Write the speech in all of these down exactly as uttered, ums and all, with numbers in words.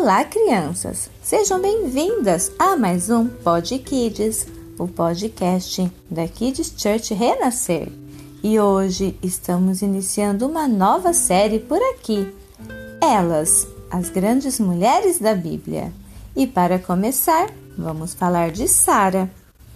Olá, crianças! Sejam bem-vindas a mais um Pod Kids, o podcast da Kids Church Renascer. E hoje estamos iniciando uma nova série por aqui. Elas, as grandes mulheres da Bíblia. E para começar, vamos falar de Sara.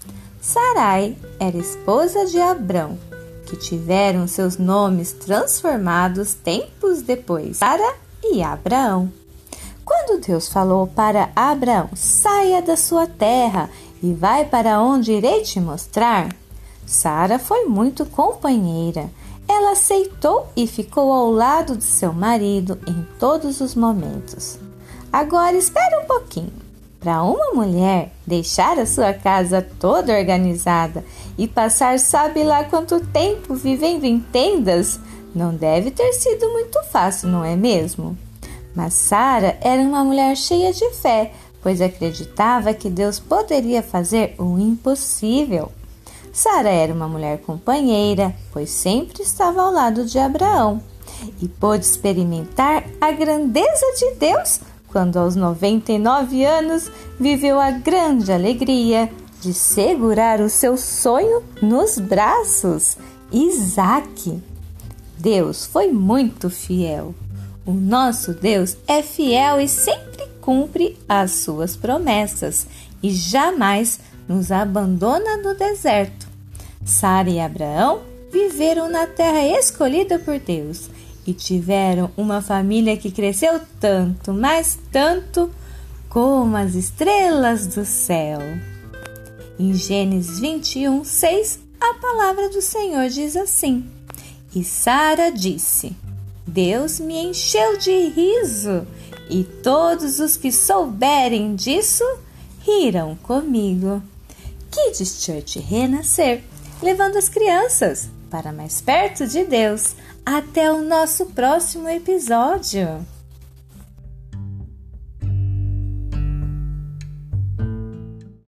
Sarai era esposa de Abrão, que tiveram seus nomes transformados tempos depois, Sara e Abraão. Quando Deus falou para Abraão, saia da sua terra e vai para onde irei te mostrar, Sara foi muito companheira. Ela aceitou e ficou ao lado de seu marido em todos os momentos. Agora espere um pouquinho. Para uma mulher deixar a sua casa toda organizada e passar sabe lá quanto tempo vivendo em tendas, não deve ter sido muito fácil, não é mesmo? Mas Sara era uma mulher cheia de fé, pois acreditava que Deus poderia fazer o impossível. Sara era uma mulher companheira, pois sempre estava ao lado de Abraão, e pôde experimentar a grandeza de Deus quando aos noventa e nove anos viveu a grande alegria de segurar o seu sonho nos braços, Isaque. Deus foi muito fiel. O nosso Deus é fiel e sempre cumpre as suas promessas e jamais nos abandona no deserto. Sara e Abraão viveram na terra escolhida por Deus e tiveram uma família que cresceu tanto, mas tanto, como as estrelas do céu. Em Gênesis vinte e um, seis, a palavra do Senhor diz assim: E Sara disse: Deus me encheu de riso, e todos os que souberem disso rirão comigo. Kids Church Renascer, levando as crianças para mais perto de Deus. Até o nosso próximo episódio.